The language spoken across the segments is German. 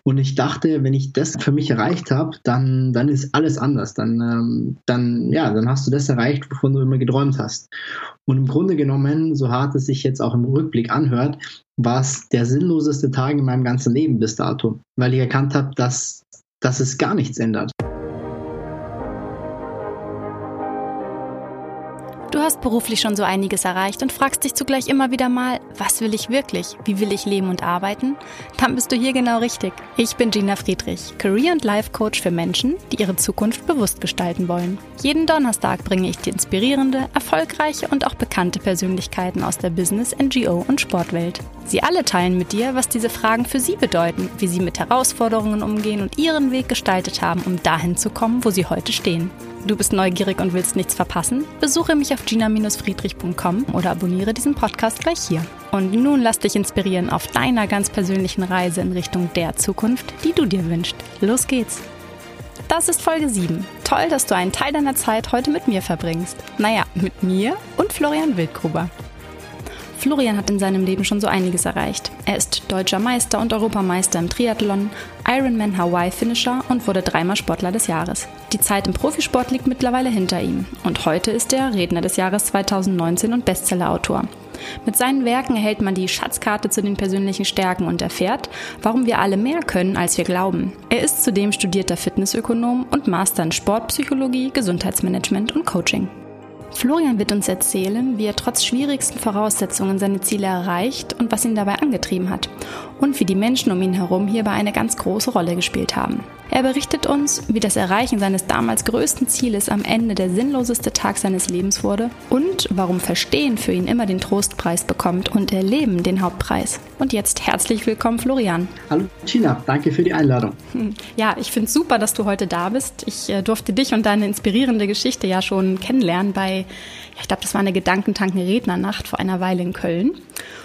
Und ich dachte, wenn ich das für mich erreicht habe, dann ist alles anders. Dann hast du das erreicht, wovon du immer geträumt hast. Und im Grunde genommen, so hart es sich jetzt auch im Rückblick anhört, war es der sinnloseste Tag in meinem ganzen Leben bis dato, weil ich erkannt habe, dass es gar nichts ändert. Du hast beruflich schon so einiges erreicht und fragst dich zugleich immer wieder mal, was will ich wirklich? Wie will ich leben und arbeiten? Dann bist du hier genau richtig. Ich bin Gina Friedrich, Career- und Life-Coach für Menschen, die ihre Zukunft bewusst gestalten wollen. Jeden Donnerstag bringe ich dir inspirierende, erfolgreiche und auch bekannte Persönlichkeiten aus der Business-, NGO- und Sportwelt. Sie alle teilen mit dir, was diese Fragen für sie bedeuten, wie sie mit Herausforderungen umgehen und ihren Weg gestaltet haben, um dahin zu kommen, wo sie heute stehen. Du bist neugierig und willst nichts verpassen? Besuche mich auf gina-friedrich.com oder abonniere diesen Podcast gleich hier. Und nun lass dich inspirieren auf deiner ganz persönlichen Reise in Richtung der Zukunft, die du dir wünschst. Los geht's! Das ist Folge 7. Toll, dass du einen Teil deiner Zeit heute mit mir verbringst. Naja, mit mir und Florian Wildgruber. Florian hat in seinem Leben schon so einiges erreicht. Er ist deutscher Meister und Europameister im Triathlon, Ironman Hawaii-Finisher und wurde 3-mal Sportler des Jahres. Die Zeit im Profisport liegt mittlerweile hinter ihm und heute ist er Redner des Jahres 2019 und Bestsellerautor. Mit seinen Werken erhält man die Schatzkarte zu den persönlichen Stärken und erfährt, warum wir alle mehr können, als wir glauben. Er ist zudem studierter Fitnessökonom und Master in Sportpsychologie, Gesundheitsmanagement und Coaching. Florian wird uns erzählen, wie er trotz schwierigsten Voraussetzungen seine Ziele erreicht und was ihn dabei angetrieben hat und wie die Menschen um ihn herum hierbei eine ganz große Rolle gespielt haben. Er berichtet uns, wie das Erreichen seines damals größten Zieles am Ende der sinnloseste Tag seines Lebens wurde und warum Verstehen für ihn immer den Trostpreis bekommt und Erleben den Hauptpreis. Und jetzt herzlich willkommen, Florian. Hallo Gina, danke für die Einladung. Ja, ich finde es super, dass du heute da bist. Ich durfte dich und deine inspirierende Geschichte ja schon kennenlernen bei, ich glaube, das war eine Gedankentanken-Rednernacht vor einer Weile in Köln.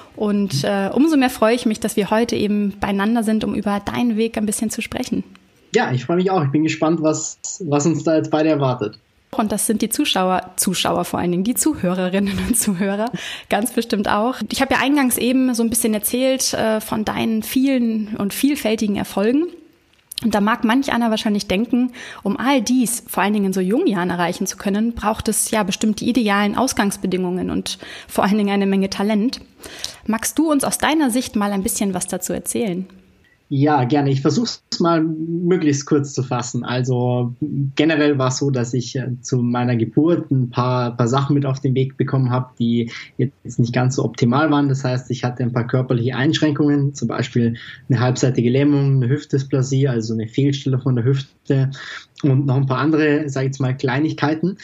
Und umso mehr freue ich mich, dass wir heute eben beieinander sind, um über deinen Weg ein bisschen zu sprechen. Ja, ich freue mich auch. Ich bin gespannt, was uns da jetzt beide erwartet. Und das sind die Zuschauer vor allen Dingen, die Zuhörerinnen und Zuhörer, ganz bestimmt auch. Ich habe ja eingangs eben so ein bisschen erzählt von deinen vielen und vielfältigen Erfolgen. Und da mag manch einer wahrscheinlich denken, um all dies, vor allen Dingen in so jungen Jahren erreichen zu können, braucht es ja bestimmt die idealen Ausgangsbedingungen und vor allen Dingen eine Menge Talent. Magst du uns aus deiner Sicht mal ein bisschen was dazu erzählen? Ja, gerne. Ich versuche es mal möglichst kurz zu fassen. Also generell war es so, dass ich zu meiner Geburt ein paar Sachen mit auf den Weg bekommen habe, die jetzt nicht ganz so optimal waren. Das heißt, ich hatte ein paar körperliche Einschränkungen, zum Beispiel eine halbseitige Lähmung, eine Hüftdysplasie, also eine Fehlstellung von der Hüfte und noch ein paar andere, sage ich jetzt mal, Kleinigkeiten.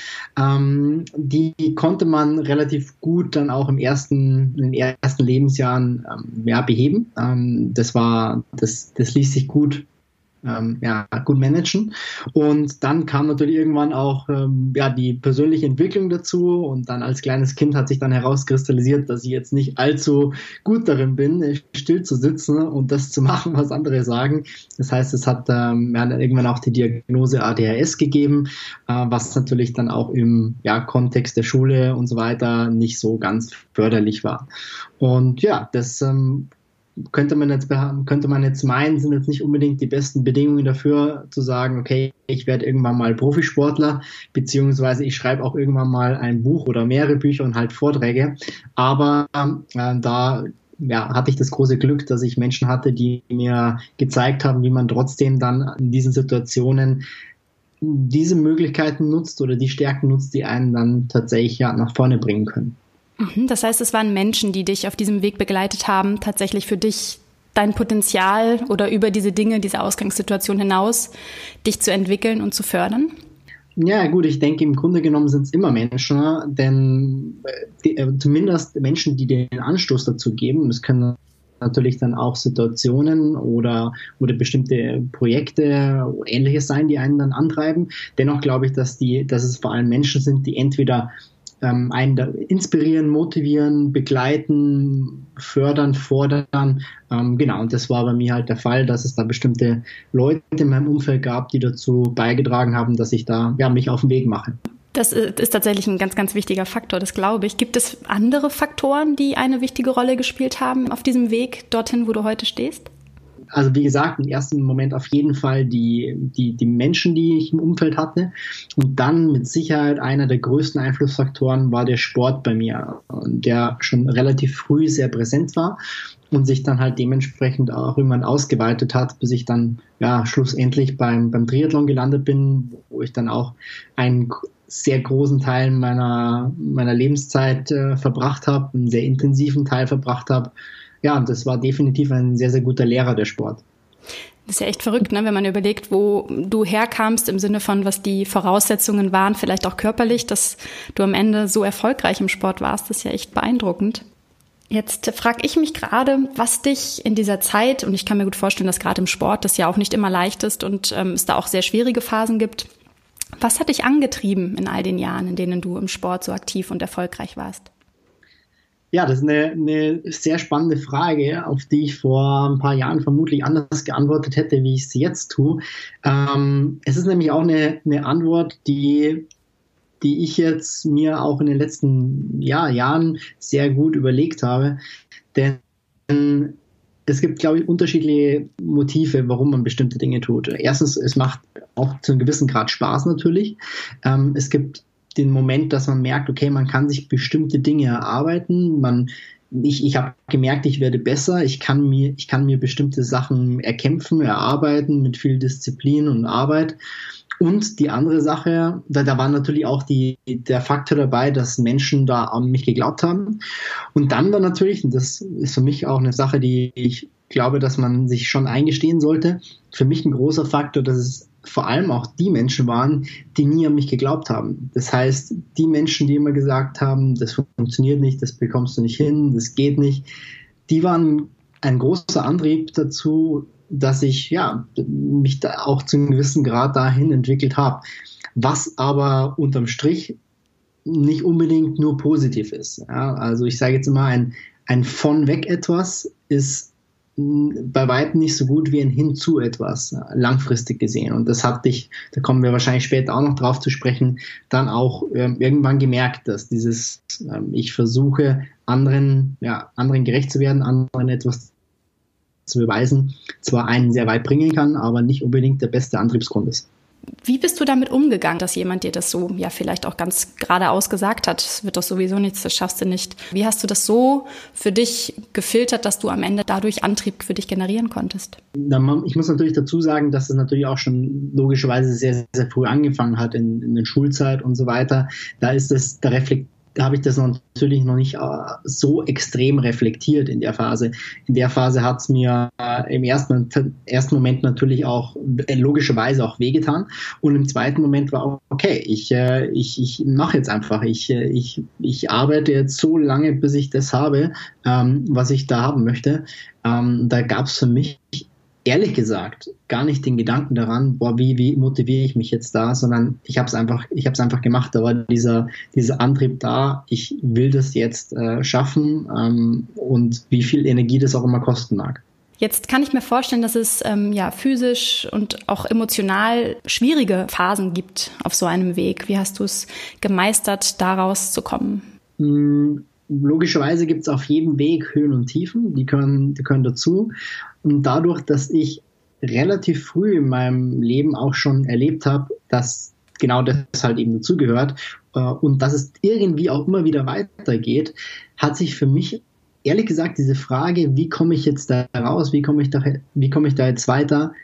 Die konnte man relativ gut dann auch in den ersten Lebensjahren beheben. Das ließ sich gut managen. Und dann kam natürlich irgendwann auch die persönliche Entwicklung dazu und dann als kleines Kind hat sich dann herauskristallisiert, dass ich jetzt nicht allzu gut darin bin, still zu sitzen und das zu machen, was andere sagen. Das heißt, es hat irgendwann auch die Diagnose ADHS gegeben, was natürlich dann auch im Kontext der Schule und so weiter nicht so ganz förderlich war. Und ja, das könnte man jetzt meinen, sind jetzt nicht unbedingt die besten Bedingungen dafür, zu sagen, okay, ich werde irgendwann mal Profisportler, beziehungsweise ich schreibe auch irgendwann mal ein Buch oder mehrere Bücher und halt Vorträge. Aber da hatte ich das große Glück, dass ich Menschen hatte, die mir gezeigt haben, wie man trotzdem dann in diesen Situationen diese Möglichkeiten nutzt oder die Stärken nutzt, die einen dann tatsächlich nach vorne bringen können. Das heißt, es waren Menschen, die dich auf diesem Weg begleitet haben, tatsächlich für dich dein Potenzial oder über diese Dinge, diese Ausgangssituation hinaus, dich zu entwickeln und zu fördern? Ja gut, ich denke, im Grunde genommen sind es immer Menschen, denn zumindest Menschen, die den Anstoß dazu geben. Es können natürlich dann auch Situationen oder bestimmte Projekte oder Ähnliches sein, die einen dann antreiben. Dennoch glaube ich, dass es vor allem Menschen sind, die entweder einen da inspirieren, motivieren, begleiten, fördern, fordern. Und das war bei mir halt der Fall, dass es da bestimmte Leute in meinem Umfeld gab, die dazu beigetragen haben, dass ich da mich auf den Weg mache. Das ist tatsächlich ein ganz, ganz wichtiger Faktor, das glaube ich. Gibt es andere Faktoren, die eine wichtige Rolle gespielt haben auf diesem Weg dorthin, wo du heute stehst? also wie gesagt, im ersten Moment auf jeden Fall die Menschen, die ich im Umfeld hatte. Und dann mit Sicherheit einer der größten Einflussfaktoren war der Sport bei mir, der schon relativ früh sehr präsent war und sich dann halt dementsprechend auch irgendwann ausgeweitet hat, bis ich dann schlussendlich beim Triathlon gelandet bin, wo ich dann auch einen sehr großen Teil meiner Lebenszeit verbracht habe, einen sehr intensiven Teil verbracht habe. Ja, und das war definitiv ein sehr, sehr guter Lehrer, der Sport. Das ist ja echt verrückt, ne? Wenn man überlegt, wo du herkamst, im Sinne von, was die Voraussetzungen waren, vielleicht auch körperlich, dass du am Ende so erfolgreich im Sport warst, das ist ja echt beeindruckend. Jetzt frage ich mich gerade, was dich in dieser Zeit, und ich kann mir gut vorstellen, dass gerade im Sport das ja auch nicht immer leicht ist und es da auch sehr schwierige Phasen gibt, was hat dich angetrieben in all den Jahren, in denen du im Sport so aktiv und erfolgreich warst? Ja, das ist eine sehr spannende Frage, auf die ich vor ein paar Jahren vermutlich anders geantwortet hätte, wie ich es jetzt tue. Es ist nämlich auch eine Antwort, die ich jetzt mir auch in den letzten Jahren sehr gut überlegt habe. Denn es gibt, glaube ich, unterschiedliche Motive, warum man bestimmte Dinge tut. Erstens, es macht auch zu einem gewissen Grad Spaß natürlich. Es gibt den Moment, dass man merkt, okay, man kann sich bestimmte Dinge erarbeiten. Ich habe gemerkt, ich werde besser. Ich kann mir bestimmte Sachen erkämpfen, erarbeiten mit viel Disziplin und Arbeit. Und die andere Sache, da war natürlich auch der Faktor dabei, dass Menschen da an mich geglaubt haben. Und dann war natürlich, und das ist für mich auch eine Sache, die ich glaube, dass man sich schon eingestehen sollte, für mich ein großer Faktor, dass es vor allem auch die Menschen waren, die nie an mich geglaubt haben. Das heißt, die Menschen, die immer gesagt haben, das funktioniert nicht, das bekommst du nicht hin, das geht nicht, die waren ein großer Antrieb dazu, dass ich mich da auch zu einem gewissen Grad dahin entwickelt habe. Was aber unterm Strich nicht unbedingt nur positiv ist. Ja, also ich sage jetzt immer, ein von weg etwas ist bei weitem nicht so gut wie ein hin zu etwas, langfristig gesehen. Und das hatte ich, da kommen wir wahrscheinlich später auch noch drauf zu sprechen, dann auch irgendwann gemerkt, dass ich versuche, anderen gerecht zu werden, anderen etwas zu beweisen, zwar einen sehr weit bringen kann, aber nicht unbedingt der beste Antriebsgrund ist. Wie bist du damit umgegangen, dass jemand dir das so vielleicht auch ganz geradeaus gesagt hat, es wird doch sowieso nichts, das schaffst du nicht. Wie hast du das so für dich gefiltert, dass du am Ende dadurch Antrieb für dich generieren konntest? Ich muss natürlich dazu sagen, dass es natürlich auch schon logischerweise sehr, sehr früh angefangen hat in der Schulzeit und so weiter. Da habe ich das natürlich noch nicht so extrem reflektiert in der Phase. In der Phase hat es mir im ersten Moment natürlich auch logischerweise auch wehgetan. Und im zweiten Moment war auch, okay, ich mache jetzt einfach. Ich arbeite jetzt so lange, bis ich das habe, was ich da haben möchte. Da gab es für mich ehrlich gesagt gar nicht den Gedanken daran, wie motiviere ich mich jetzt da, sondern ich habe es einfach gemacht. Da war dieser Antrieb da, ich will das jetzt schaffen und wie viel Energie das auch immer kosten mag. Jetzt kann ich mir vorstellen, dass es physisch und auch emotional schwierige Phasen gibt auf so einem Weg. Wie hast du es gemeistert, da rauszukommen? Logischerweise gibt es auf jedem Weg Höhen und Tiefen, die können dazu. Und dadurch, dass ich relativ früh in meinem Leben auch schon erlebt habe, dass genau das halt eben dazugehört und dass es irgendwie auch immer wieder weitergeht, hat sich für mich ehrlich gesagt diese Frage, wie komme ich jetzt da raus, wie komme ich da jetzt weiter,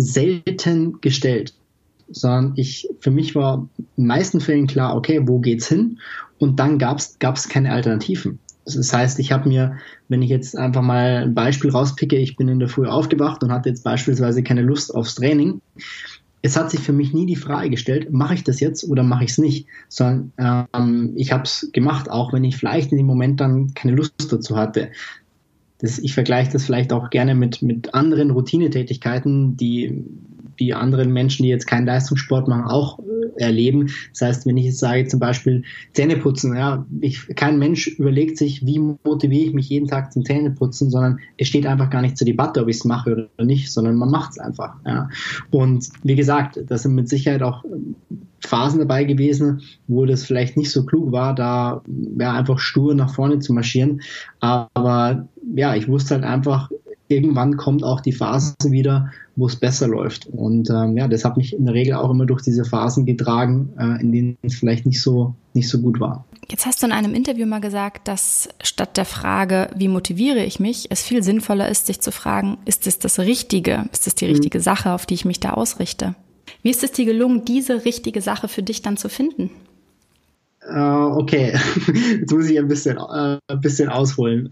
selten gestellt. Sondern für mich war in den meisten Fällen klar, okay, wo geht's hin? Und dann gab's keine Alternativen. Das heißt, ich habe mir, wenn ich jetzt einfach mal ein Beispiel rauspicke, ich bin in der Früh aufgewacht und hatte jetzt beispielsweise keine Lust aufs Training. Es hat sich für mich nie die Frage gestellt, mache ich das jetzt oder mache ich es nicht? Sondern ich habe es gemacht, auch wenn ich vielleicht in dem Moment dann keine Lust dazu hatte. Ich vergleiche das vielleicht auch gerne mit anderen Routinetätigkeiten, die anderen Menschen, die jetzt keinen Leistungssport machen, auch erleben. Das heißt, wenn ich jetzt sage, zum Beispiel Zähneputzen, kein Mensch überlegt sich, wie motiviere ich mich jeden Tag zum Zähneputzen, sondern es steht einfach gar nicht zur Debatte, ob ich es mache oder nicht, sondern man macht es einfach. Ja. Und wie gesagt, da sind mit Sicherheit auch Phasen dabei gewesen, wo das vielleicht nicht so klug war, da einfach stur nach vorne zu marschieren. Aber ja, ich wusste halt einfach, irgendwann kommt auch die Phase wieder, wo es besser läuft. Und das hat mich in der Regel auch immer durch diese Phasen getragen, in denen es vielleicht nicht so gut war. Jetzt hast du in einem Interview mal gesagt, dass statt der Frage, wie motiviere ich mich, es viel sinnvoller ist, sich zu fragen, ist es das Richtige? Ist es die richtige Sache, auf die ich mich da ausrichte? Wie ist es dir gelungen, diese richtige Sache für dich dann zu finden? Okay, jetzt muss ich ein bisschen ausholen.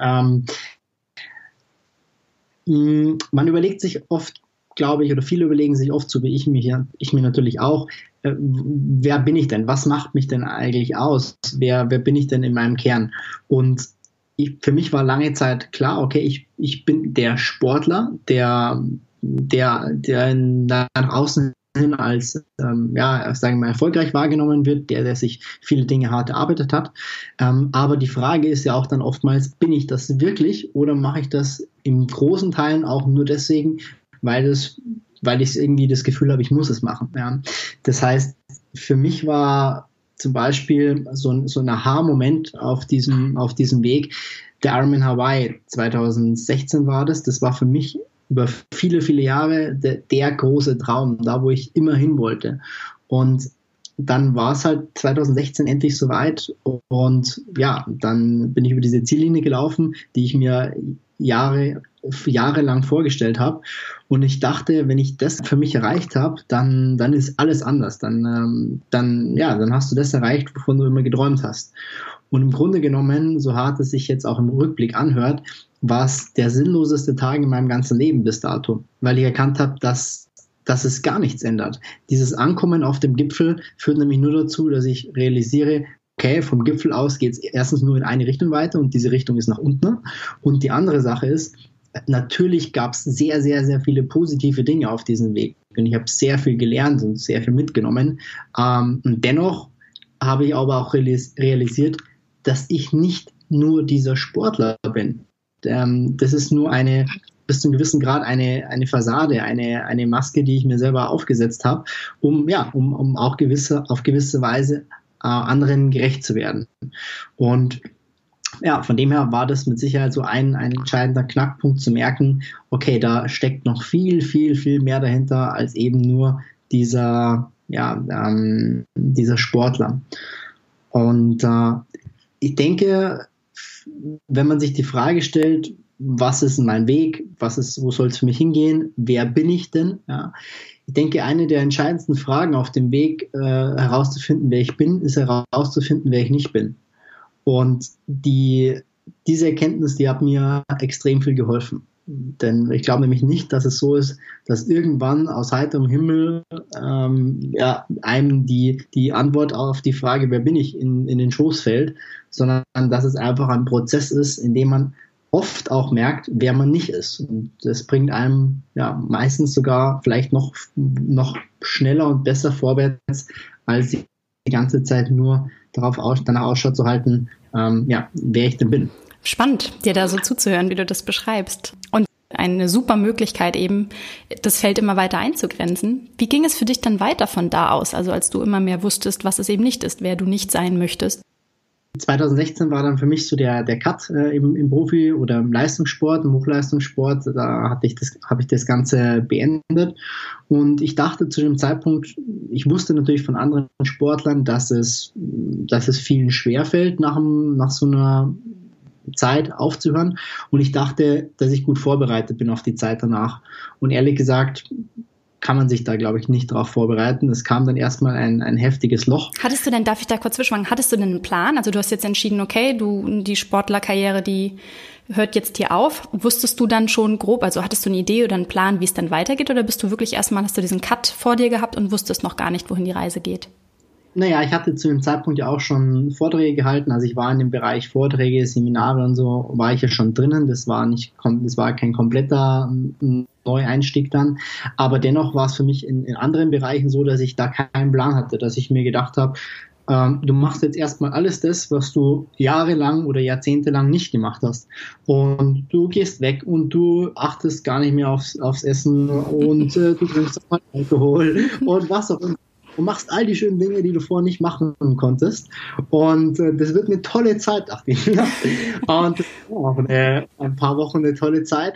Man überlegt sich oft, glaube ich, oder viele überlegen sich oft, so wie ich mir natürlich auch, wer bin ich denn? Was macht mich denn eigentlich aus? Wer bin ich denn in meinem Kern? Und für mich war lange Zeit klar, okay, ich bin der Sportler, der nach außen hin als sagen wir mal, erfolgreich wahrgenommen wird, der sich viele Dinge hart erarbeitet hat. Aber die Frage ist ja auch dann oftmals, bin ich das wirklich oder mache ich das in großen Teilen auch nur deswegen, weil ich irgendwie das Gefühl habe, ich muss es machen. Ja. Das heißt, für mich war zum Beispiel so ein Aha-Moment auf diesem Weg, der Ironman Hawaii 2016 war das. Das war für mich über viele, viele Jahre der große Traum, da wo ich immer hin wollte. Und dann war es halt 2016 endlich soweit und ja, dann bin ich über diese Ziellinie gelaufen, die ich mir jahrelang vorgestellt habe. Und ich dachte, wenn ich das für mich erreicht habe, dann ist alles anders. Dann hast du das erreicht, wovon du immer geträumt hast. Und im Grunde genommen, so hart es sich jetzt auch im Rückblick anhört, war es der sinnloseste Tag in meinem ganzen Leben bis dato, weil ich erkannt habe, dass es gar nichts ändert. Dieses Ankommen auf dem Gipfel führt nämlich nur dazu, dass ich realisiere, okay, vom Gipfel aus geht es erstens nur in eine Richtung weiter und diese Richtung ist nach unten. Und die andere Sache ist, natürlich gab es sehr, sehr, sehr viele positive Dinge auf diesem Weg. Und ich habe sehr viel gelernt und sehr viel mitgenommen. Und dennoch habe ich aber auch realisiert, dass ich nicht nur dieser Sportler bin. Das ist nur bis zu einem gewissen Grad eine Fassade, eine Maske, die ich mir selber aufgesetzt habe, um auch auf gewisse Weise anderen gerecht zu werden. Und ja, von dem her war das mit Sicherheit so ein entscheidender Knackpunkt zu merken, okay, da steckt noch viel, viel, viel mehr dahinter als eben nur dieser Sportler. Und ich denke, wenn man sich die Frage stellt, was ist mein Weg, wo soll es für mich hingehen, wer bin ich denn? Ja, ich denke, eine der entscheidendsten Fragen auf dem Weg herauszufinden, wer ich bin, ist herauszufinden, wer ich nicht bin. Und diese Erkenntnis, die hat mir extrem viel geholfen. Denn ich glaube nämlich nicht, dass es so ist, dass irgendwann aus heiterem Himmel einem die Antwort auf die Frage, wer bin ich, in den Schoß fällt, sondern dass es einfach ein Prozess ist, in dem man oft auch merkt, wer man nicht ist. Und das bringt einem meistens sogar vielleicht noch schneller und besser vorwärts, als die ganze Zeit nur danach Ausschau zu halten, wer ich denn bin. Spannend, dir da so zuzuhören, wie du das beschreibst. Und eine super Möglichkeit eben, das Feld immer weiter einzugrenzen. Wie ging es für dich dann weiter von da aus? Also als du immer mehr wusstest, was es eben nicht ist, wer du nicht sein möchtest? 2016 war dann für mich so der Cut im Profi- oder im Leistungssport, im Hochleistungssport. Da habe ich das Ganze beendet. Und ich dachte zu dem Zeitpunkt, ich wusste natürlich von anderen Sportlern, dass es vielen schwerfällt, nach so einer Zeit aufzuhören. Und ich dachte, dass ich gut vorbereitet bin auf die Zeit danach. Und ehrlich gesagt, kann man sich da, glaube ich, nicht drauf vorbereiten. Es kam dann erstmal ein heftiges Loch. Hattest du denn, darf ich da kurz zwischenfragen, hattest du denn einen Plan? Also du hast jetzt entschieden, okay, die Sportlerkarriere, die hört jetzt hier auf. Wusstest du dann schon grob, also hattest du eine Idee oder einen Plan, wie es dann weitergeht? Oder bist du wirklich erstmal, hast du diesen Cut vor dir gehabt und wusstest noch gar nicht, wohin die Reise geht? Naja, ich hatte zu dem Zeitpunkt ja auch schon Vorträge gehalten. Also ich war in dem Bereich Vorträge, Seminare und so, war ich ja schon drinnen. Das war kein kompletter Neueinstieg dann. Aber dennoch war es für mich in anderen Bereichen so, dass ich da keinen Plan hatte, dass ich mir gedacht habe, du machst jetzt erstmal alles das, was du jahrelang oder jahrzehntelang nicht gemacht hast. Und du gehst weg und du achtest gar nicht mehr aufs Essen und du trinkst auch mal Alkohol und was auch immer. Du machst all die schönen Dinge, die du vorher nicht machen konntest. Und das wird eine tolle Zeit, dachte ich. Und auch ein paar Wochen eine tolle Zeit.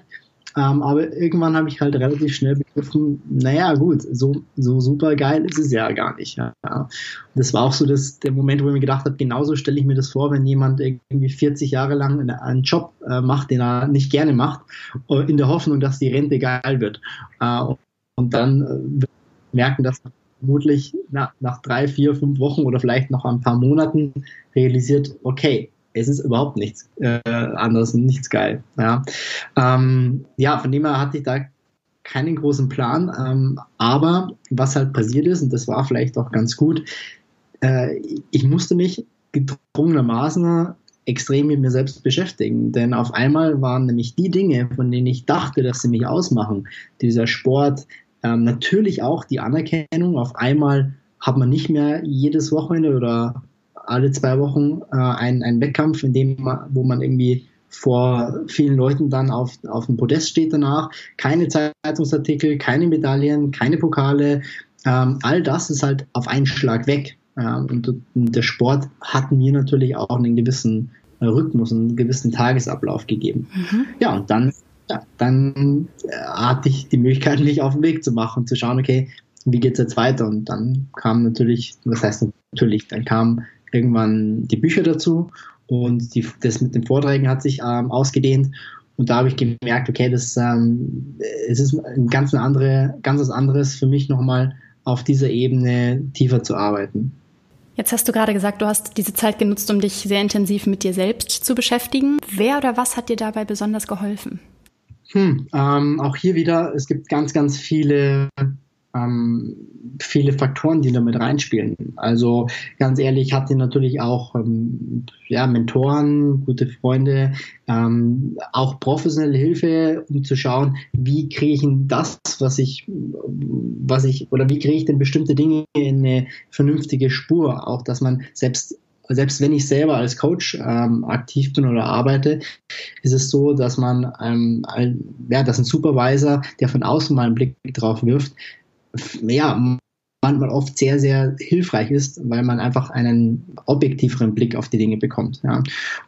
Aber irgendwann habe ich halt relativ schnell begriffen, naja gut, so super geil ist es ja gar nicht. Ja. Das war auch so der Moment, wo ich mir gedacht habe, genauso stelle ich mir das vor, wenn jemand irgendwie 40 Jahre lang einen Job macht, den er nicht gerne macht, in der Hoffnung, dass die Rente geil wird. Und dann merken, dass man vermutlich nach 3, 4, 5 Wochen oder vielleicht noch ein paar Monaten realisiert, okay, es ist überhaupt nichts anderes und nichts geil. Ja. Von dem her hatte ich da keinen großen Plan. Aber was halt passiert ist, und das war vielleicht auch ganz gut, ich musste mich gedrungenermaßen extrem mit mir selbst beschäftigen. Denn auf einmal waren nämlich die Dinge, von denen ich dachte, dass sie mich ausmachen, dieser Sport, natürlich auch die Anerkennung. Auf einmal hat man nicht mehr jedes Wochenende oder alle 2 Wochen einen Wettkampf, wo man irgendwie vor vielen Leuten dann auf dem Podest steht danach. Keine Zeitungsartikel, keine Medaillen, keine Pokale. All das ist halt auf einen Schlag weg. Und der Sport hat mir natürlich auch einen gewissen Rhythmus, einen gewissen Tagesablauf gegeben. Mhm. Ja, und dann hatte ich die Möglichkeit, mich auf den Weg zu machen, zu schauen, okay, wie geht's jetzt weiter? Und dann kam dann kamen irgendwann die Bücher dazu und das mit den Vorträgen hat sich ausgedehnt und da habe ich gemerkt, okay, es ist ganz was anderes für mich nochmal auf dieser Ebene tiefer zu arbeiten. Jetzt hast du gerade gesagt, du hast diese Zeit genutzt, um dich sehr intensiv mit dir selbst zu beschäftigen. Wer oder was hat dir dabei besonders geholfen? Auch hier wieder, es gibt ganz, ganz viele Faktoren, die da mit reinspielen. Also ganz ehrlich, ich hatte natürlich auch Mentoren, gute Freunde, auch professionelle Hilfe, um zu schauen, wie kriege ich denn wie kriege ich denn bestimmte Dinge in eine vernünftige Spur, auch dass man selbst wenn ich selber als Coach aktiv bin oder arbeite, ist es so, dass man dass ein Supervisor, der von außen mal einen Blick drauf wirft, manchmal oft sehr, sehr hilfreich ist, weil man einfach einen objektiveren Blick auf die Dinge bekommt. Ja.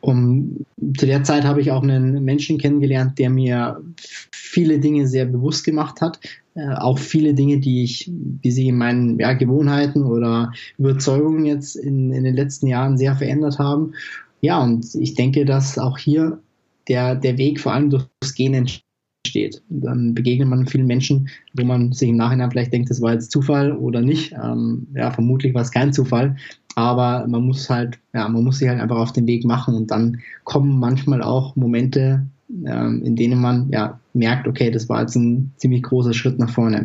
Zu der Zeit habe ich auch einen Menschen kennengelernt, der mir viele Dinge sehr bewusst gemacht hat, auch viele Dinge, die sich in meinen Gewohnheiten oder Überzeugungen jetzt in den letzten Jahren sehr verändert haben. Ja, und ich denke, dass auch hier der Weg vor allem durchs Gehen entsteht. Dann begegnet man vielen Menschen, wo man sich im Nachhinein vielleicht denkt, das war jetzt Zufall oder nicht. Vermutlich war es kein Zufall, aber man muss sich halt einfach auf den Weg machen und dann kommen manchmal auch Momente, in denen man merkt, okay, das war jetzt ein ziemlich großer Schritt nach vorne.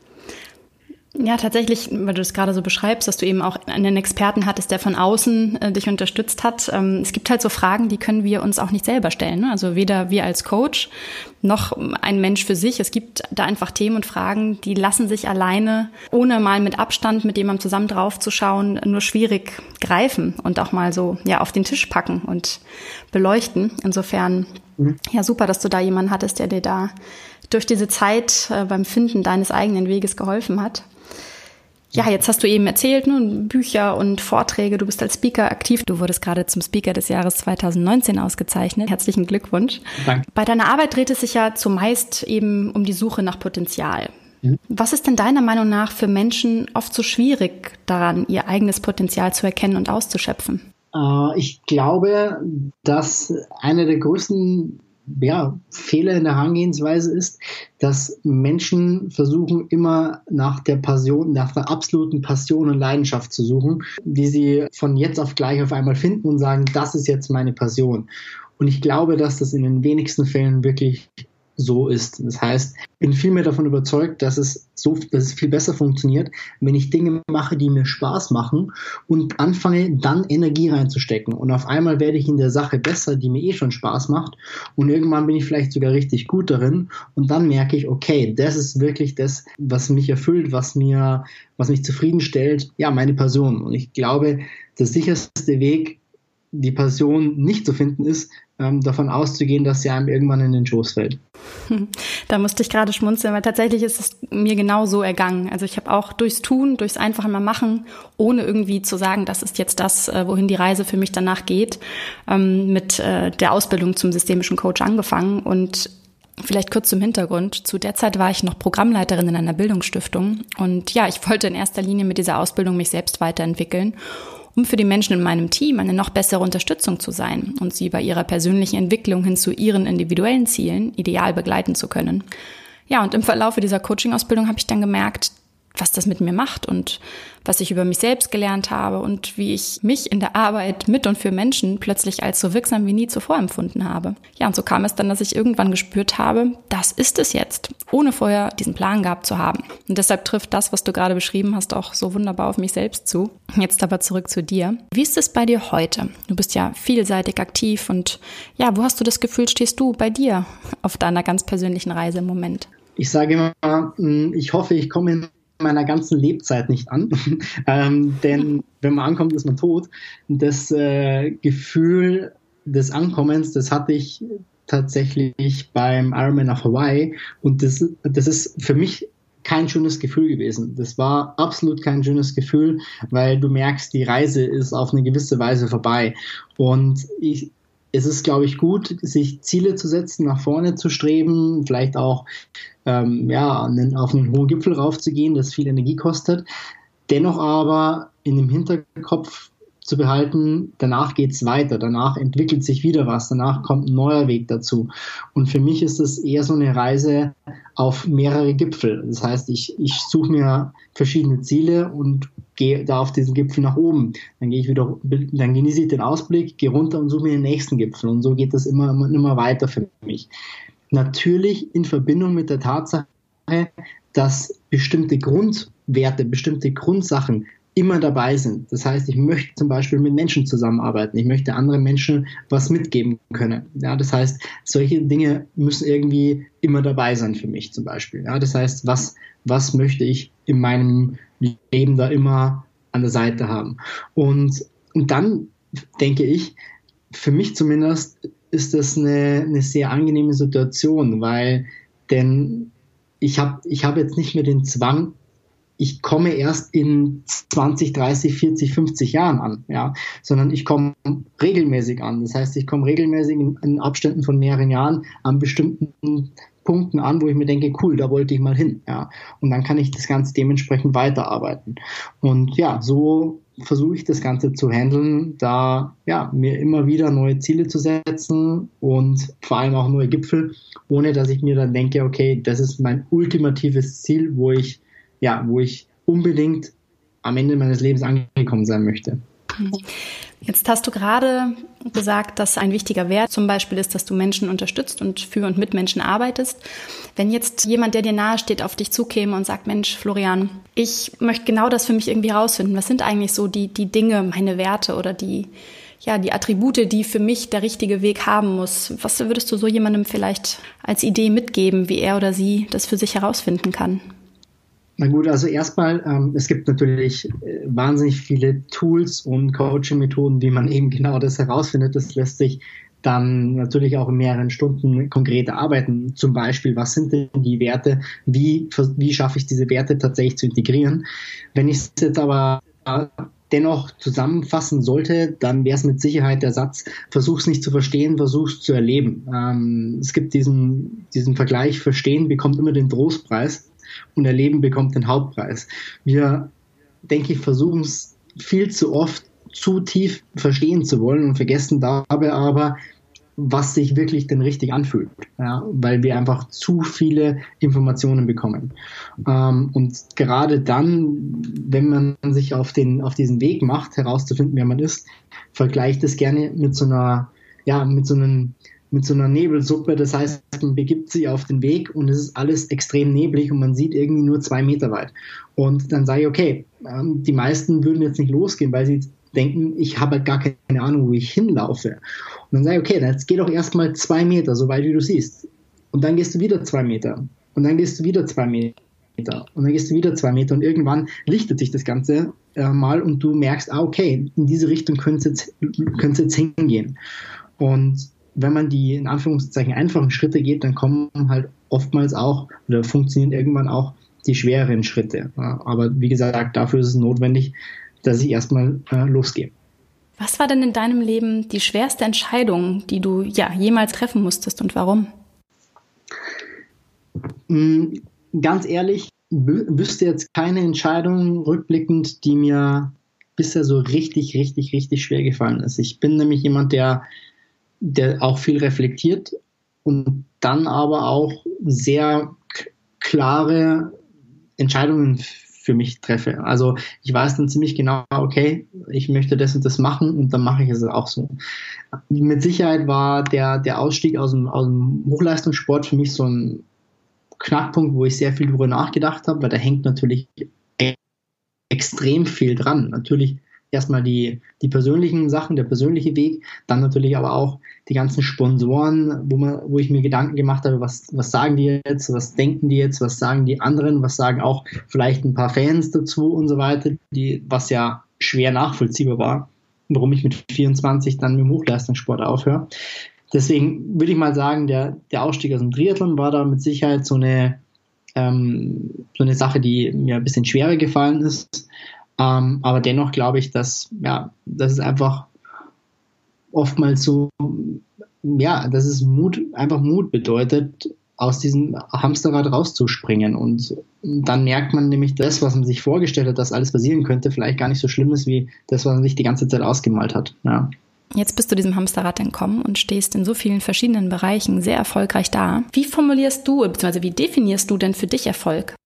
Ja, tatsächlich, weil du das gerade so beschreibst, dass du eben auch einen Experten hattest, der von außen dich unterstützt hat. Es gibt halt so Fragen, die können wir uns auch nicht selber stellen, ne? Also weder wir als Coach noch ein Mensch für sich. Es gibt da einfach Themen und Fragen, die lassen sich alleine, ohne mal mit Abstand mit jemandem zusammen drauf zu schauen, nur schwierig greifen und auch mal so auf den Tisch packen und beleuchten. Insofern, super, dass du da jemanden hattest, der dir da durch diese Zeit beim Finden deines eigenen Weges geholfen hat. Ja, jetzt hast du eben erzählt, Bücher und Vorträge, du bist als Speaker aktiv. Du wurdest gerade zum Speaker des Jahres 2019 ausgezeichnet. Herzlichen Glückwunsch. Danke. Bei deiner Arbeit dreht es sich ja zumeist eben um die Suche nach Potenzial. Was ist denn deiner Meinung nach für Menschen oft so schwierig daran, ihr eigenes Potenzial zu erkennen und auszuschöpfen? Ich glaube, dass einer der größten Fehler in der Herangehensweise ist, dass Menschen versuchen, immer nach der absoluten Passion und Leidenschaft zu suchen, die sie von jetzt auf gleich auf einmal finden und sagen, das ist jetzt meine Passion. Und ich glaube, dass das in den wenigsten Fällen wirklich so ist. Das heißt, ich bin vielmehr davon überzeugt, dass es viel besser funktioniert, wenn ich Dinge mache, die mir Spaß machen und anfange, dann Energie reinzustecken. Und auf einmal werde ich in der Sache besser, die mir schon Spaß macht. Und irgendwann bin ich vielleicht sogar richtig gut darin. Und dann merke ich, okay, das ist wirklich das, was mich erfüllt, was mich zufriedenstellt. Ja, meine Passion. Und ich glaube, der sicherste Weg, die Passion nicht zu finden, ist, davon auszugehen, dass sie einem irgendwann in den Schoß fällt. Da musste ich gerade schmunzeln, weil tatsächlich ist es mir genau so ergangen. Also ich habe auch durchs Tun, durchs einfach mal machen, ohne irgendwie zu sagen, das ist jetzt das, wohin die Reise für mich danach geht, mit der Ausbildung zum systemischen Coach angefangen. Und Vielleicht kurz zum Hintergrund. Zu der Zeit war ich noch Programmleiterin in einer Bildungsstiftung. Und ja, ich wollte in erster Linie mit dieser Ausbildung mich selbst weiterentwickeln, um für die Menschen in meinem Team eine noch bessere Unterstützung zu sein und sie bei ihrer persönlichen Entwicklung hin zu ihren individuellen Zielen ideal begleiten zu können. Ja, und im Verlauf dieser Coaching-Ausbildung habe ich dann gemerkt, was das mit mir macht und was ich über mich selbst gelernt habe und wie ich mich in der Arbeit mit und für Menschen plötzlich als so wirksam wie nie zuvor empfunden habe. Ja, und so kam es dann, dass ich irgendwann gespürt habe, das ist es jetzt, ohne vorher diesen Plan gehabt zu haben. Und deshalb trifft das, was du gerade beschrieben hast, auch so wunderbar auf mich selbst zu. Jetzt aber zurück zu dir. Wie ist es bei dir heute? Du bist ja vielseitig aktiv und ja, wo hast du das Gefühl, stehst du bei dir auf deiner ganz persönlichen Reise im Moment? Ich sage immer, ich hoffe, ich komme in meiner ganzen Lebzeit nicht an, denn wenn man ankommt, ist man tot. Das Gefühl des Ankommens, das hatte ich tatsächlich beim Ironman auf Hawaii und das ist für mich kein schönes Gefühl gewesen. Das war absolut kein schönes Gefühl, weil du merkst, die Reise ist auf eine gewisse Weise vorbei und es ist, glaube ich, gut, sich Ziele zu setzen, nach vorne zu streben, vielleicht auch auf einen hohen Gipfel raufzugehen, das viel Energie kostet. Dennoch aber in dem Hinterkopf zu behalten, danach geht's weiter, danach entwickelt sich wieder was, danach kommt ein neuer Weg dazu. Und für mich ist es eher so eine Reise auf mehrere Gipfel. Das heißt, ich suche mir verschiedene Ziele und gehe da auf diesen Gipfel nach oben. Dann genieße ich den Ausblick, gehe runter und suche mir den nächsten Gipfel. Und so geht das immer weiter für mich. Natürlich in Verbindung mit der Tatsache, dass bestimmte Grundwerte, bestimmte Grundsachen immer dabei sind. Das heißt, ich möchte zum Beispiel mit Menschen zusammenarbeiten. Ich möchte anderen Menschen was mitgeben können. Ja, das heißt, solche Dinge müssen irgendwie immer dabei sein für mich zum Beispiel. Ja, das heißt, was möchte ich in meinem Leben da immer an der Seite haben? Und dann denke ich, für mich zumindest ist das eine sehr angenehme Situation, denn ich habe jetzt nicht mehr den Zwang, ich komme erst in 20, 30, 40, 50 Jahren an, ja, sondern ich komme regelmäßig an. Das heißt, ich komme regelmäßig in Abständen von mehreren Jahren an bestimmten Punkten an, wo ich mir denke, cool, da wollte ich mal hin, ja. Und dann kann ich das Ganze dementsprechend weiterarbeiten. Und ja, so versuche ich das Ganze zu handeln, mir immer wieder neue Ziele zu setzen und vor allem auch neue Gipfel, ohne dass ich mir dann denke, okay, das ist mein ultimatives Ziel, wo ich unbedingt am Ende meines Lebens angekommen sein möchte. Jetzt hast du gerade gesagt, dass ein wichtiger Wert zum Beispiel ist, dass du Menschen unterstützt und für und mit Menschen arbeitest. Wenn jetzt jemand, der dir nahe steht, auf dich zukäme und sagt, Mensch, Florian, ich möchte genau das für mich irgendwie rausfinden. Was sind eigentlich so die Dinge, meine Werte oder die Attribute, die für mich der richtige Weg haben muss? Was würdest du so jemandem vielleicht als Idee mitgeben, wie er oder sie das für sich herausfinden kann? Na gut, also erstmal, es gibt natürlich wahnsinnig viele Tools und Coaching-Methoden, wie man eben genau das herausfindet. Das lässt sich dann natürlich auch in mehreren Stunden konkret arbeiten. Zum Beispiel, was sind denn die Werte? Wie schaffe ich diese Werte tatsächlich zu integrieren? Wenn ich es jetzt aber dennoch zusammenfassen sollte, dann wäre es mit Sicherheit der Satz, versuch's nicht zu verstehen, versuch's zu erleben. Es gibt diesen Vergleich, Verstehen bekommt immer den Trostpreis und Erleben bekommt den Hauptpreis. Wir, denke ich, versuchen es viel zu oft zu tief verstehen zu wollen und vergessen dabei aber, was sich wirklich denn richtig anfühlt, ja, weil wir einfach zu viele Informationen bekommen. Und gerade dann, wenn man sich auf diesen Weg macht, herauszufinden, wer man ist, vergleicht es gerne mit so einer Nebelsuppe. Das heißt, man begibt sich auf den Weg und es ist alles extrem neblig und man sieht irgendwie nur 2 Meter weit. Und dann sage ich, okay, die meisten würden jetzt nicht losgehen, weil sie denken, ich habe halt gar keine Ahnung, wo ich hinlaufe. Und dann sage ich, okay, jetzt geh doch erstmal 2 Meter, so weit wie du siehst. Und dann gehst du wieder 2 Meter. Und dann gehst du wieder 2 Meter. Und dann gehst du wieder 2 Meter. Und irgendwann lichtet sich das Ganze mal und du merkst, okay, in diese Richtung könnte es jetzt hingehen. Und wenn man die in Anführungszeichen einfachen Schritte geht, dann kommen halt oftmals auch oder funktionieren irgendwann auch die schwereren Schritte. Aber wie gesagt, dafür ist es notwendig, dass ich erstmal losgehe. Was war denn in deinem Leben die schwerste Entscheidung, die du jemals treffen musstest und warum? Ganz ehrlich, wüsste jetzt keine Entscheidung rückblickend, die mir bisher so richtig, richtig, richtig schwer gefallen ist. Ich bin nämlich jemand, der auch viel reflektiert und dann aber auch sehr klare Entscheidungen für mich treffe. Also ich weiß dann ziemlich genau, okay, ich möchte das und das machen und dann mache ich es auch so. Mit Sicherheit war der Ausstieg aus dem Hochleistungssport für mich so ein Knackpunkt, wo ich sehr viel darüber nachgedacht habe, weil da hängt natürlich extrem viel dran. Natürlich erstmal die persönlichen Sachen, der persönliche Weg, dann natürlich aber auch die ganzen Sponsoren, wo ich mir Gedanken gemacht habe, was sagen die jetzt, was denken die jetzt, was sagen die anderen, was sagen auch vielleicht ein paar Fans dazu und so weiter, was ja schwer nachvollziehbar war, warum ich mit 24 dann mit dem Hochleistungssport aufhöre. Deswegen würde ich mal sagen, der Ausstieg aus dem Triathlon war da mit Sicherheit so eine Sache, die mir ein bisschen schwerer gefallen ist. Aber dennoch glaube ich, dass es einfach oftmals so, dass es einfach Mut bedeutet, aus diesem Hamsterrad rauszuspringen. Und dann merkt man nämlich, das, was man sich vorgestellt hat, dass alles passieren könnte, vielleicht gar nicht so schlimm ist, wie das, was man sich die ganze Zeit ausgemalt hat. Ja. Jetzt bist du diesem Hamsterrad entkommen und stehst in so vielen verschiedenen Bereichen sehr erfolgreich da. Wie formulierst du, bzw. wie definierst du denn für dich Erfolg?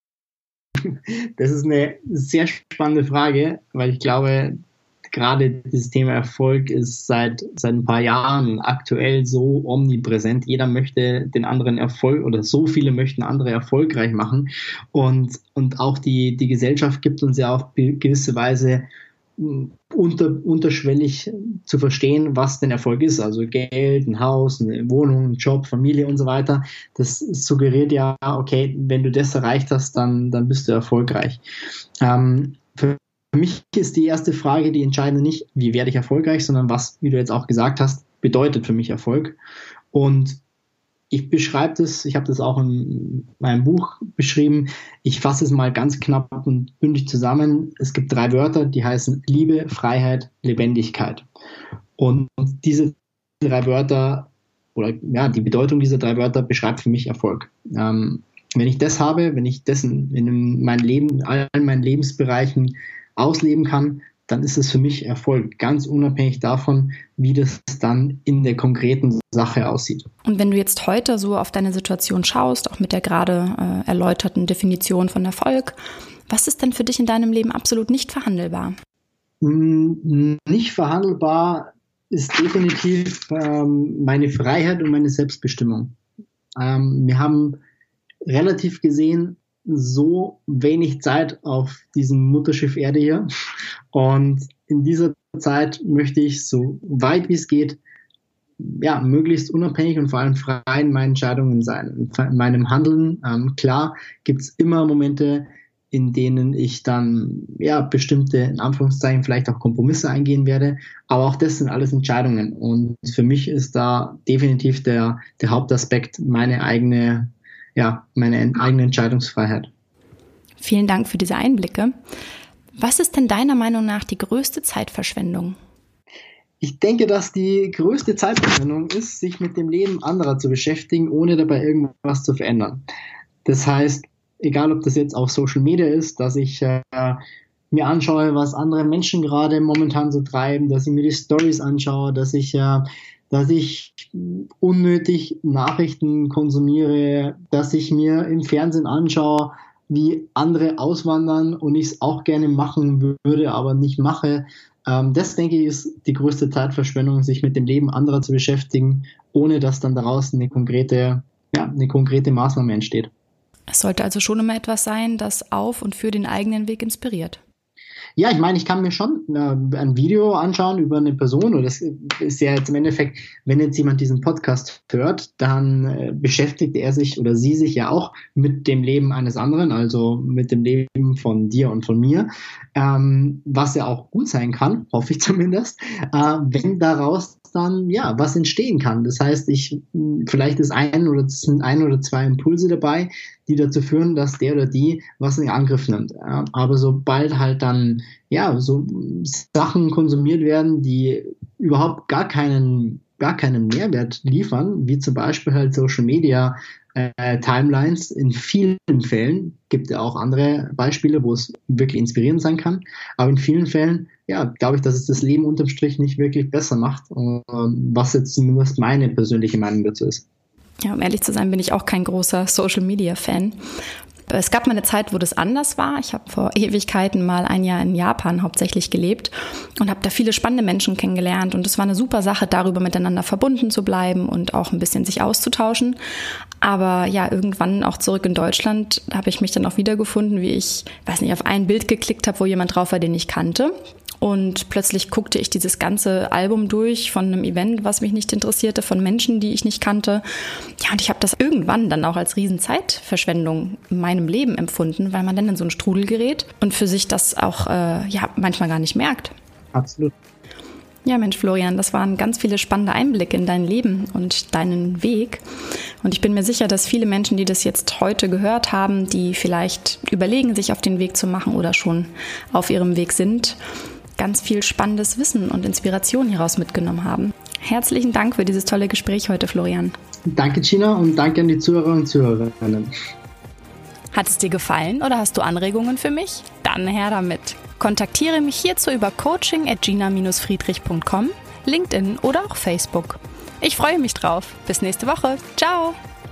Das ist eine sehr spannende Frage, weil ich glaube, gerade dieses Thema Erfolg ist seit ein paar Jahren aktuell so omnipräsent. Jeder möchte den anderen Erfolg oder so viele möchten andere erfolgreich machen. Und auch die Gesellschaft gibt uns ja auf gewisse Weise unterschwellig zu verstehen, was denn Erfolg ist. Also Geld, ein Haus, eine Wohnung, ein Job, Familie und so weiter. Das suggeriert ja, okay, wenn du das erreicht hast, dann bist du erfolgreich. Für mich ist die erste Frage, die entscheidende nicht, wie werde ich erfolgreich, sondern was, wie du jetzt auch gesagt hast, bedeutet für mich Erfolg. Und ich beschreibe das, ich habe das auch in meinem Buch beschrieben, ich fasse es mal ganz knapp und bündig zusammen. Es gibt 3 Wörter, die heißen Liebe, Freiheit, Lebendigkeit. Und diese 3 Wörter, oder ja, die Bedeutung dieser 3 Wörter beschreibt für mich Erfolg. Wenn ich das habe, wenn ich das in meinem Leben, in allen meinen Lebensbereichen ausleben kann, dann ist es für mich Erfolg, ganz unabhängig davon, wie das dann in der konkreten Sache aussieht. Und wenn du jetzt heute so auf deine Situation schaust, auch mit der gerade erläuterten Definition von Erfolg, was ist denn für dich in deinem Leben absolut nicht verhandelbar? Nicht verhandelbar ist definitiv meine Freiheit und meine Selbstbestimmung. Wir haben relativ gesehen so wenig Zeit auf diesem Mutterschiff Erde hier. Und in dieser Zeit möchte ich, so weit wie es geht, möglichst unabhängig und vor allem frei in meinen Entscheidungen sein, in meinem Handeln. Klar gibt es immer Momente, in denen ich dann bestimmte, in Anführungszeichen, vielleicht auch Kompromisse eingehen werde. Aber auch das sind alles Entscheidungen. Und für mich ist da definitiv der Hauptaspekt meine eigene Entscheidungsfreiheit. Vielen Dank für diese Einblicke. Was ist denn deiner Meinung nach die größte Zeitverschwendung? Ich denke, dass die größte Zeitverschwendung ist, sich mit dem Leben anderer zu beschäftigen, ohne dabei irgendwas zu verändern. Das heißt, egal ob das jetzt auf Social Media ist, dass ich mir anschaue, was andere Menschen gerade momentan so treiben, dass ich mir die Stories anschaue, dass ich unnötig Nachrichten konsumiere, dass ich mir im Fernsehen anschaue, wie andere auswandern und ich es auch gerne machen würde, aber nicht mache. Das, denke ich, ist die größte Zeitverschwendung, sich mit dem Leben anderer zu beschäftigen, ohne dass dann daraus eine konkrete Maßnahme entsteht. Es sollte also schon immer etwas sein, das auf und für den eigenen Weg inspiriert. Ja, ich meine, ich kann mir schon ein Video anschauen über eine Person, und das ist ja jetzt im Endeffekt, wenn jetzt jemand diesen Podcast hört, dann beschäftigt er sich oder sie sich ja auch mit dem Leben eines anderen, also mit dem Leben von dir und von mir, was ja auch gut sein kann, hoffe ich zumindest, wenn daraus dann was entstehen kann. Das heißt, vielleicht sind ein oder zwei Impulse dabei, die dazu führen, dass der oder die was in Angriff nimmt. Aber sobald halt dann so Sachen konsumiert werden, die überhaupt gar keinen gar keinen Mehrwert liefern, wie zum Beispiel halt Social Media Timelines in vielen Fällen, gibt ja auch andere Beispiele, wo es wirklich inspirierend sein kann, aber in vielen Fällen, ja, glaube ich, dass es das Leben unterm Strich nicht wirklich besser macht, was jetzt zumindest meine persönliche Meinung dazu ist. Ja, um ehrlich zu sein, bin ich auch kein großer Social-Media-Fan. Es gab mal eine Zeit, wo das anders war. Ich habe vor Ewigkeiten mal ein Jahr in Japan hauptsächlich gelebt und habe da viele spannende Menschen kennengelernt. Und es war eine super Sache, darüber miteinander verbunden zu bleiben und auch ein bisschen sich auszutauschen. Aber ja, irgendwann auch zurück in Deutschland habe ich mich dann auch wiedergefunden, wie ich, weiß nicht, auf ein Bild geklickt habe, wo jemand drauf war, den ich kannte. Und plötzlich guckte ich dieses ganze Album durch von einem Event, was mich nicht interessierte, von Menschen, die ich nicht kannte. Ja, und ich habe das irgendwann dann auch als Riesenzeitverschwendung in meinem Leben empfunden, weil man dann in so einen Strudel gerät und für sich das auch manchmal gar nicht merkt. Absolut. Ja, Mensch, Florian, das waren ganz viele spannende Einblicke in dein Leben und deinen Weg. Und ich bin mir sicher, dass viele Menschen, die das jetzt heute gehört haben, die vielleicht überlegen, sich auf den Weg zu machen oder schon auf ihrem Weg sind, ganz viel spannendes Wissen und Inspiration hieraus mitgenommen haben. Herzlichen Dank für dieses tolle Gespräch heute, Florian. Danke, Gina, und danke an die Zuhörer und Zuhörerinnen. Hat es dir gefallen oder hast du Anregungen für mich? Dann her damit. Kontaktiere mich hierzu über coaching@gina-friedrich.com, LinkedIn oder auch Facebook. Ich freue mich drauf. Bis nächste Woche. Ciao!